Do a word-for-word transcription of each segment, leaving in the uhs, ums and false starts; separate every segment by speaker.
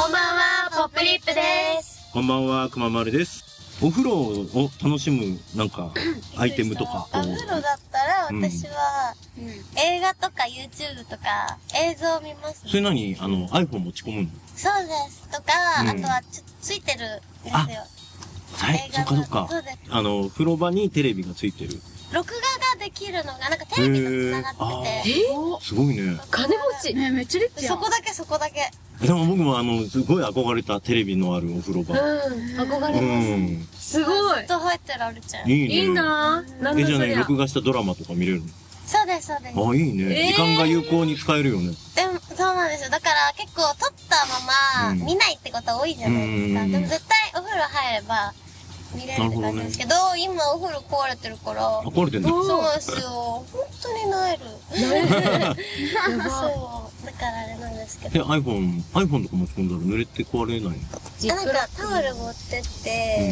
Speaker 1: こんばんは、ポップリップです。
Speaker 2: こんばんは、くままるです。お風呂を楽しむなんかアイテムとか。
Speaker 1: お風呂だったら私は、うん、映画とか YouTube とか映像を見ます、ね。
Speaker 2: それ何あの iPhone 持ち込むの？
Speaker 1: そうです。とか、うん、あとはちょっとついてるんですよ。
Speaker 2: はい、そっかそっか。あの風呂場にテレビがついてる。
Speaker 1: 録画ができるのがなんかテレビと繋がってて。
Speaker 2: えー、すごいね。
Speaker 3: 金持ち。ね、めっちゃリッチやん。
Speaker 1: そこだけそこだけ。
Speaker 2: でも僕もあのすごい憧れたテレビのあるお風呂場。
Speaker 1: うん、憧れます。うん、
Speaker 3: すごい。
Speaker 1: ずっと入ってられちゃう。
Speaker 2: いいね。
Speaker 3: いいなぁ。
Speaker 2: え、じゃあね、録画したドラマとか見れるの？
Speaker 1: そうですそうです。
Speaker 2: あ、いいね。時間が有効に使えるよね。
Speaker 1: でもそうなんですよ。だから結構撮ったまま見ないってこと多いじゃないですか。でも絶対お風呂入れば見れるって感じですけど、今お風呂壊れてるから。
Speaker 2: 壊れてんだ。
Speaker 1: そうなんですよ。本当になえる。なえる。そう。だからあれなんですけど。
Speaker 2: え、iPhone、iPhone とか持ち込んだら濡れて壊れないの？
Speaker 1: あ、なんかタオル持ってって、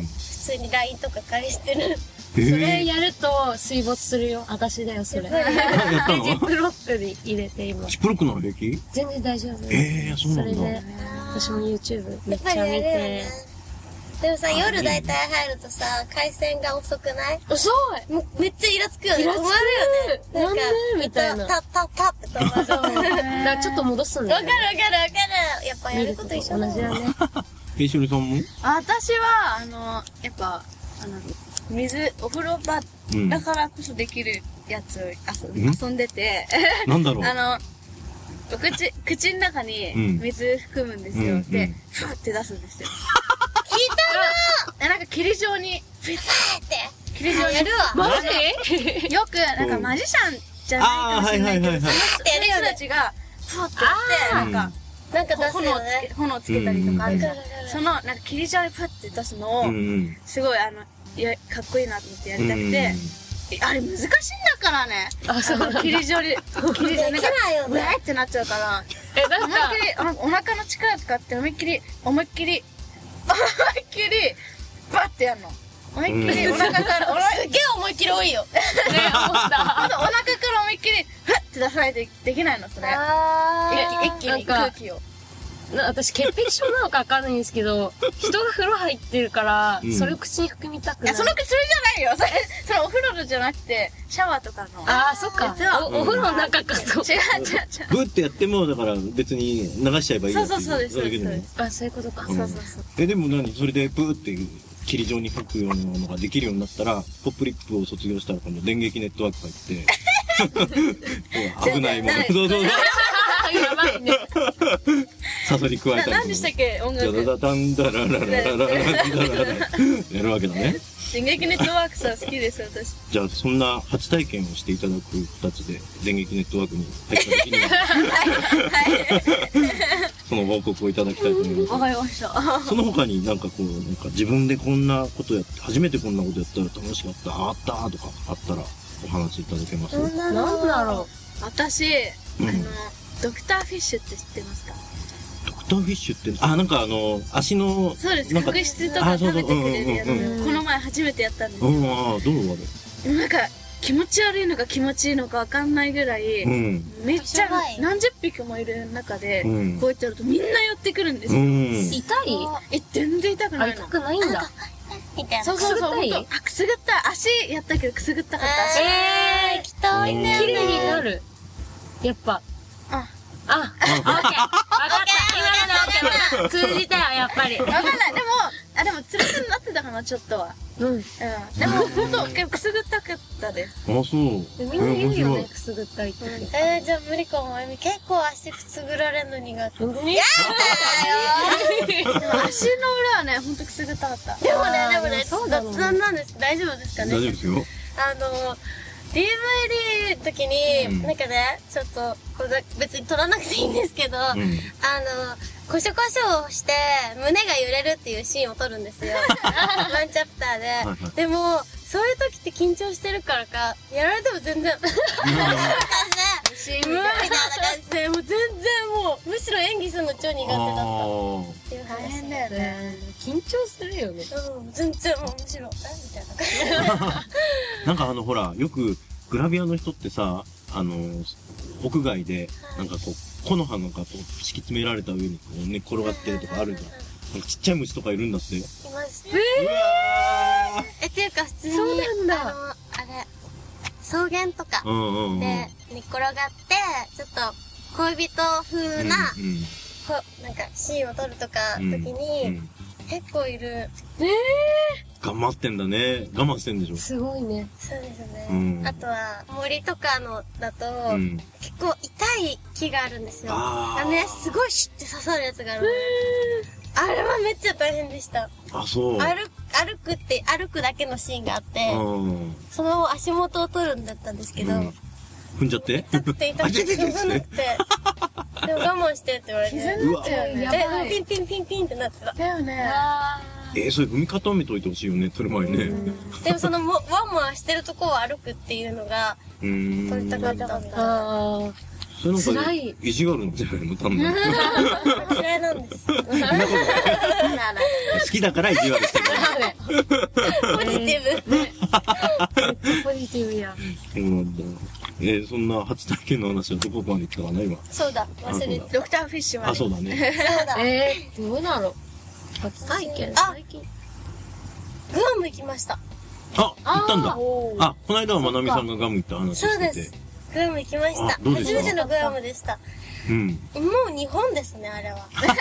Speaker 1: 普通に ライン とか返してる。
Speaker 3: それやると水没するよ。私だよ、それ。ジップロックに入れて今。
Speaker 2: ジップロックなの平気？
Speaker 3: 全然大丈夫。
Speaker 2: ええ、そうなんだ。
Speaker 3: それで、私も YouTube めっちゃ見て。
Speaker 1: でもさ、夜大体入るとさ、回線が遅くない？
Speaker 3: 遅い！
Speaker 1: もうめっちゃイラつくよね。
Speaker 3: イラつく！
Speaker 1: 止まるよね。
Speaker 3: なんでみたいな。
Speaker 1: タッタッタッって止まる。そう。だ
Speaker 3: からちょっと戻すんだよ。
Speaker 1: わかるわかるわかる。やっぱやること一緒だ
Speaker 3: 同じだね。
Speaker 2: え、しおりさんも？
Speaker 4: 私は、あの、やっぱ、あの、水、お風呂場だからこそできるやつを遊んでて。
Speaker 2: なんだろう？
Speaker 4: あの、お口、口の中に水含むんですよ。で、ふわって出すんですよ。
Speaker 1: 聞いた
Speaker 4: ななんか霧状に、
Speaker 1: ふわーって。
Speaker 4: 霧状に。
Speaker 1: やるわ。
Speaker 3: マジ？
Speaker 4: よく、なんかマジシャンじゃないかもしれないけど、その人たちが、ふわってやって、なんか、
Speaker 1: なんか出すよね。
Speaker 4: 炎つけたりとかあるじゃん。その、なんか霧状にふわって出すのを、すごい、あの、いや、かっこいいなと思ってやりたくて、あれ難しいんだからね。
Speaker 3: あ、そうなんだ。
Speaker 4: 霧状に、霧状に、なんか、うわーってなっちゃうから、
Speaker 3: え、なん
Speaker 4: 思いっきり、お腹の力使って思いっきり、思いっきり、思いっきり、バッてやるの。思いっきり、お腹から、
Speaker 1: すげえ思いっきり多いよ。
Speaker 3: ね、思った。
Speaker 4: お腹から思いっきり、ふって出さないとできないの、それ。一気に空気を。
Speaker 3: 私、潔癖症なのかわかんないんですけど、人が風呂入ってるから、それを口に含みたくない。
Speaker 4: いや、その口、それじゃないよ。それ、それお風呂じゃなくて、シャワーとかの。
Speaker 3: ああ、そっか。お風呂の中かと。
Speaker 4: 違う違う違う。
Speaker 2: ブーってやっても、だから別に流しちゃえばいい。
Speaker 4: そうそうそうです。そうです。
Speaker 3: あ、そういうことか。
Speaker 4: そうそうそう。
Speaker 2: え、でも何それでブーって霧状に書くようなのができるようになったら、ポップリップを卒業したら今度電撃ネットワーク入って、危ないもの。そうそうそう。
Speaker 3: やばいね。
Speaker 2: サソリ加えたりとか。
Speaker 4: 何でしたっけ音楽。
Speaker 2: ダダダンダラララララララやるわけだね。
Speaker 4: 電撃ネットワークさん好きです私。
Speaker 2: じゃあそんな初体験をしていただく形で電撃ネットワークに入った時にはその報告をいただきたいと思います。
Speaker 4: わかりました。
Speaker 2: その他になんかこうなんか自分でこんなことやって初めてこんなことやったら楽しかったあったとかあったらお話しいただけます？
Speaker 3: なんだろ
Speaker 4: う。私あのドクターフィッシュって知ってますか？
Speaker 2: ドクターフィッシュって、あ、なんかあの、足の、
Speaker 4: そうです、角質とか食べてくれるやつ。この前初めてやったんですよ。
Speaker 2: うん、ああ、どうあれ？
Speaker 4: なんか、気持ち悪いのか気持ちいいのかわかんないぐらい、めっちゃ何十匹もいる中で、こうやってやるとみんな寄ってくるんですよ。
Speaker 3: 痛い？
Speaker 4: え、全然痛くないの。
Speaker 3: 痛くないんだ。
Speaker 4: そうそうそう、ほんと、あ、くすぐったい。足やったけどくすぐったかった足。
Speaker 1: えー、行きたいね。
Speaker 3: 綺麗になる。やっぱ。
Speaker 4: あ、
Speaker 3: あ、オッケー。わかった。今のオッケー。通じたよ、やっぱり。
Speaker 4: わかんない。でも、あ、でも、つるつるになってたかな、ちょっとは。
Speaker 3: うん。うん。
Speaker 4: でも、ほんと、くすぐったかったです。
Speaker 2: あ、そう。
Speaker 3: みんな言うよね、くすぐったいって。
Speaker 1: えー、じゃあ無理かも。結構足くすぐられるの苦手。やだよ
Speaker 4: ー足の裏はね、ほんとくすぐったかった。
Speaker 1: でもね、でもね、雑談なんです。大丈夫ですかね？
Speaker 2: 大丈夫ですよ。
Speaker 1: あの、ディーブイディー の時に、なんかね、ちょっと、これ別に撮らなくていいんですけど、あの、コショコショをして、胸が揺れるっていうシーンを撮るんですよ。ワンチャプターで。でも、そういう時って緊張してるからか、やられても全然、みたいな感じで、うわみたいな感じで、もう全然もう、むしろ演技するの超苦手だった。っていう
Speaker 4: 大変だよね。
Speaker 3: 緊張するよね。
Speaker 1: うん、全然もうむしろ、えみたいな感じ。
Speaker 2: なんかあのほら、よくグラビアの人ってさ、あの、屋外で、なんかこう、 木の葉なんかこう敷き詰められた上にこう寝っ転がってるとかあるじゃん。なんかちっちゃい虫とかいるんだってよ。
Speaker 1: いました。
Speaker 2: うわ
Speaker 1: え、っていうか普通に、
Speaker 3: そうなんだ
Speaker 1: あの、あれ、草原とか
Speaker 2: ー。うんうんうん。
Speaker 1: で寝っ転がって、ちょっと恋人風な、
Speaker 2: うんうん
Speaker 1: こなんかシーンを撮るとか時に、
Speaker 2: うん
Speaker 1: 結構いる。
Speaker 2: 頑張ってんだね。我慢してんでしょ。
Speaker 3: すごいね。
Speaker 1: そうですね。
Speaker 2: うん
Speaker 1: あとは森とかのだと、
Speaker 2: うん
Speaker 1: 結構痛い木があるんですよ。
Speaker 2: あー
Speaker 1: あのね、すごいシュッて刺さるやつがあるの。あれはめっちゃ大変でした。
Speaker 2: あ、そう。
Speaker 1: 歩歩くって歩くだけのシーンがあって、
Speaker 2: うん。
Speaker 1: その足元を撮るんだったんですけど、
Speaker 2: うん踏んじゃって
Speaker 1: 痛くて痛くてしょうがなくて、でも我慢してって言われて、
Speaker 4: 傷になっちゃうよね。
Speaker 3: やばい
Speaker 1: え、ピンピンピンピンってなってた。
Speaker 4: だよね。
Speaker 3: あ
Speaker 2: えー、それ踏み固めといてほしいよね、撮る前にね。
Speaker 1: でもそのもワンワンしてるとこを歩くっていうのが
Speaker 2: うーん。
Speaker 1: 撮りたかったん
Speaker 3: ー
Speaker 1: だ。
Speaker 3: あ
Speaker 2: それなんか
Speaker 3: 辛い
Speaker 2: 意地があるんじゃないの多分。
Speaker 1: 嫌いなんです。
Speaker 2: そんなことない好きだから意地悪してる。
Speaker 3: ー。
Speaker 1: ポジティブ。
Speaker 3: めっちゃポジティブや。
Speaker 2: そうなんだ。えー、そんな初体験の話はどこまで行ったかな、今。
Speaker 1: そうだ、忘れてた。
Speaker 4: ドクターフィッシュまで。
Speaker 2: あ、そうだね。
Speaker 1: そうだ。
Speaker 3: えー、どうだろう。初体験
Speaker 1: あ
Speaker 3: 最近。
Speaker 1: グアム行きました。
Speaker 2: あ、行ったんだ。
Speaker 4: おー
Speaker 2: あ、この間はまなみさんがガム行った話してて。
Speaker 1: そうです。グアム行きました。
Speaker 2: あどうでした
Speaker 1: 初めてのグアムでした。
Speaker 2: うん。
Speaker 1: もう日本ですね、あれは。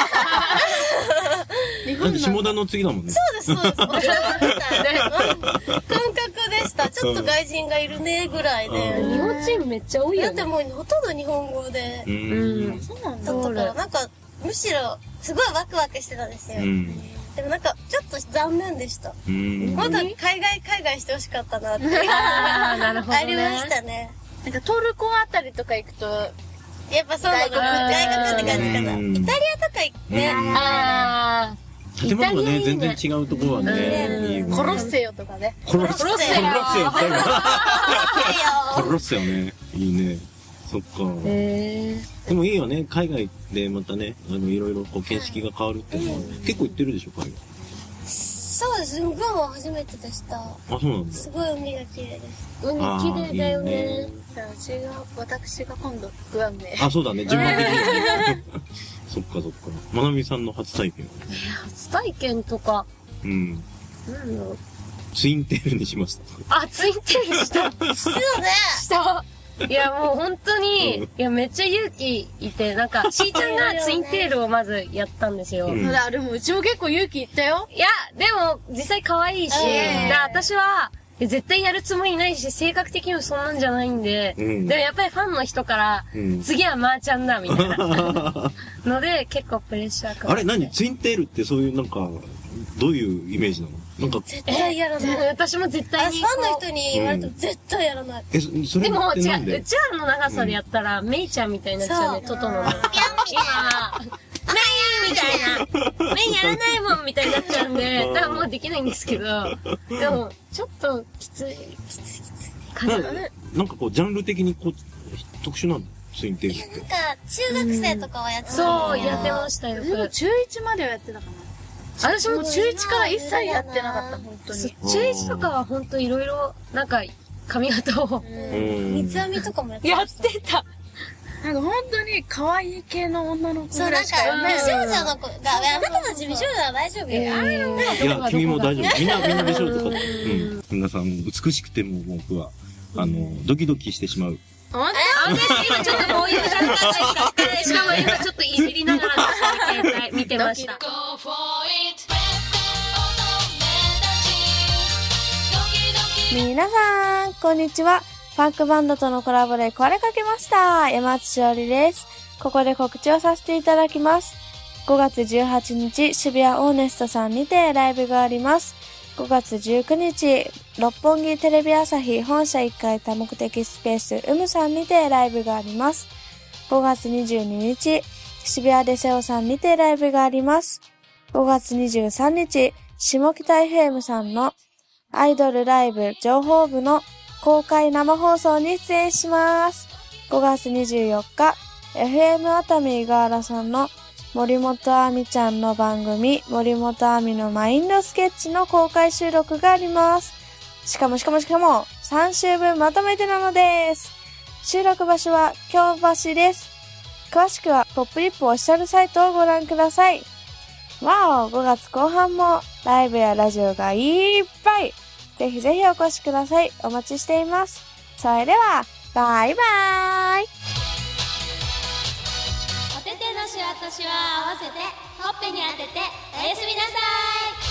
Speaker 2: だって下田の次だもんね。
Speaker 1: そうです、そうです。沖縄みたいな感覚でした。ちょっと外人がいるね、ぐらいで。
Speaker 3: 日本人めっちゃ多いよね。
Speaker 1: だってもうほとんど日本語で
Speaker 2: うーん。
Speaker 4: そうなんだ。
Speaker 1: だったから、なんか、むしろ、すごいワクワクしてたんですよ。
Speaker 2: うん。
Speaker 1: でもなんか、ちょっと残念でした。
Speaker 2: うん。
Speaker 1: もっと海外、海外してほしかったなって。
Speaker 3: あーなるほどね
Speaker 1: ありましたね。
Speaker 4: なんかトルコあたりとか行くと、
Speaker 1: やっぱそうなの。
Speaker 4: 外国
Speaker 1: 外国って感じかな。
Speaker 2: うん
Speaker 1: イタリアとか行ってね。
Speaker 3: あ
Speaker 2: 建物がね、全然
Speaker 3: い
Speaker 2: 違うところはね、
Speaker 1: うん
Speaker 2: いいよね。
Speaker 4: コロッセオとかね。
Speaker 2: コロッセオ。コロッセオ。最後コ
Speaker 1: よ
Speaker 2: ロッセオね。いいね。そっか。
Speaker 3: ーへ
Speaker 2: でもいいよね。海外でまたね、あの、いろいろこう、見識が変わるっていうのは、結構行ってるでしょ、海外。
Speaker 1: そうです。グアムは初めてでした。
Speaker 2: あ、そうなんだ。
Speaker 1: すごい海が綺麗です。
Speaker 3: ー。海綺麗だよね。
Speaker 4: じゃあ、うちが、私が今度、グアムへ。
Speaker 2: あ、そうだね。順番的に。そっかそっか。まなみさんの初体験は。
Speaker 3: 初体験とか、
Speaker 2: うん。
Speaker 3: なんだろう。
Speaker 2: ツインテールにしました。
Speaker 3: あ、ツインテールした。
Speaker 1: そうね。
Speaker 3: した。いや、もう本当
Speaker 2: うん
Speaker 3: に、いや、めっちゃ勇気いて、なんか、しーちゃんがツインテールをまずやったんですよ。
Speaker 2: うん
Speaker 3: い
Speaker 4: そうだ、でもうちも結構勇気いったよ。
Speaker 3: や、でも、実際可愛いし、
Speaker 1: ええ
Speaker 3: で私は、絶対やるつもりないし、性格的にもそんなんじゃないんで、
Speaker 2: うん
Speaker 3: でもやっぱりファンの人から、
Speaker 2: うん
Speaker 3: 次はまーちゃんだ、みたいな。ので、結構プレッシャーかか
Speaker 2: あれ何ツインテールってそういうなんか、どういうイメージなのなんか、
Speaker 1: 絶対やらない。
Speaker 3: 私も絶
Speaker 1: あ、
Speaker 3: 対にこう。
Speaker 1: ファンの人に言われても絶対やらない。
Speaker 2: え、そそれ
Speaker 3: でも、違う、
Speaker 2: ってなんで
Speaker 3: うちわの長さでやったら、メイちゃんみたいになっちゃうね、
Speaker 1: そう
Speaker 3: トトノの。今、メイみたいな、メイやらないもんみたいになっちゃうんで、だからもうできないんですけど、でも、ちょっときつい、きつい、きつい。かな。
Speaker 2: なんなんかこう、ジャンル的にこう、特殊なのツインテールって。
Speaker 1: なんか、中学生とかはやってた
Speaker 3: そう、
Speaker 1: んだけど
Speaker 3: やってましたよ、
Speaker 4: でも
Speaker 3: よく。
Speaker 4: 中いちまではやってたかな。
Speaker 3: 私も
Speaker 4: 中いちから一切やってなかった、本当に。
Speaker 3: 中いちとかはほんといろいろ、なんか、髪型を
Speaker 2: うん
Speaker 1: 三つ編みとかもやって
Speaker 3: やっ
Speaker 1: ました。
Speaker 3: てた。
Speaker 4: なんか本当に可愛い系の女の子
Speaker 1: そう、
Speaker 4: ぐらいし
Speaker 1: なんか、
Speaker 4: かやんない
Speaker 1: 美少女の子が、あなたたち美少女は大丈夫よ。
Speaker 3: え
Speaker 1: あ
Speaker 3: ー
Speaker 2: いや、君も大丈夫。みんな、みんなでしょうとか。う
Speaker 3: うん
Speaker 2: ん。皆さん、美しくても僕は、あの、ドキドキしてしまう。
Speaker 4: 本
Speaker 3: あ、今ちょっとこういう状態がしかも今ちょっといじりながら携帯見てました。
Speaker 5: 皆さん、こんにちは。パンクバンドとのコラボで壊れかけました。山内しおりです。ここで告知をさせていただきます。ごがつじゅうはちにち、渋谷オーネストさんにてライブがあります。ごがつじゅうくにち、六本木テレビ朝日本社いっかい多目的スペースうむさんにてライブがあります。ごがつにじゅうににち、渋谷でセオさんにてライブがあります。ごがつにじゅうさんにち、下北 エフエム さんのアイドルライブ情報部の公開生放送に出演します。ごがつにじゅうよっか、エフエム 熱海ガーラさんの森本亜美ちゃんの番組、森本亜美のマインドスケッチの公開収録があります。しかもしかもしかも、さんしゅうぶんまとめてなのです。収録場所は京橋です。 詳しくはポップリップオフィシャルサイトをご覧ください。わお、ごがつこう半もライブやラジオがいっぱい。ぜひぜひお越しください。お待ちしています。それでは、バイバーイ。
Speaker 6: お手手のシワとシワを合わせてほっぺに当てておやすみなさい。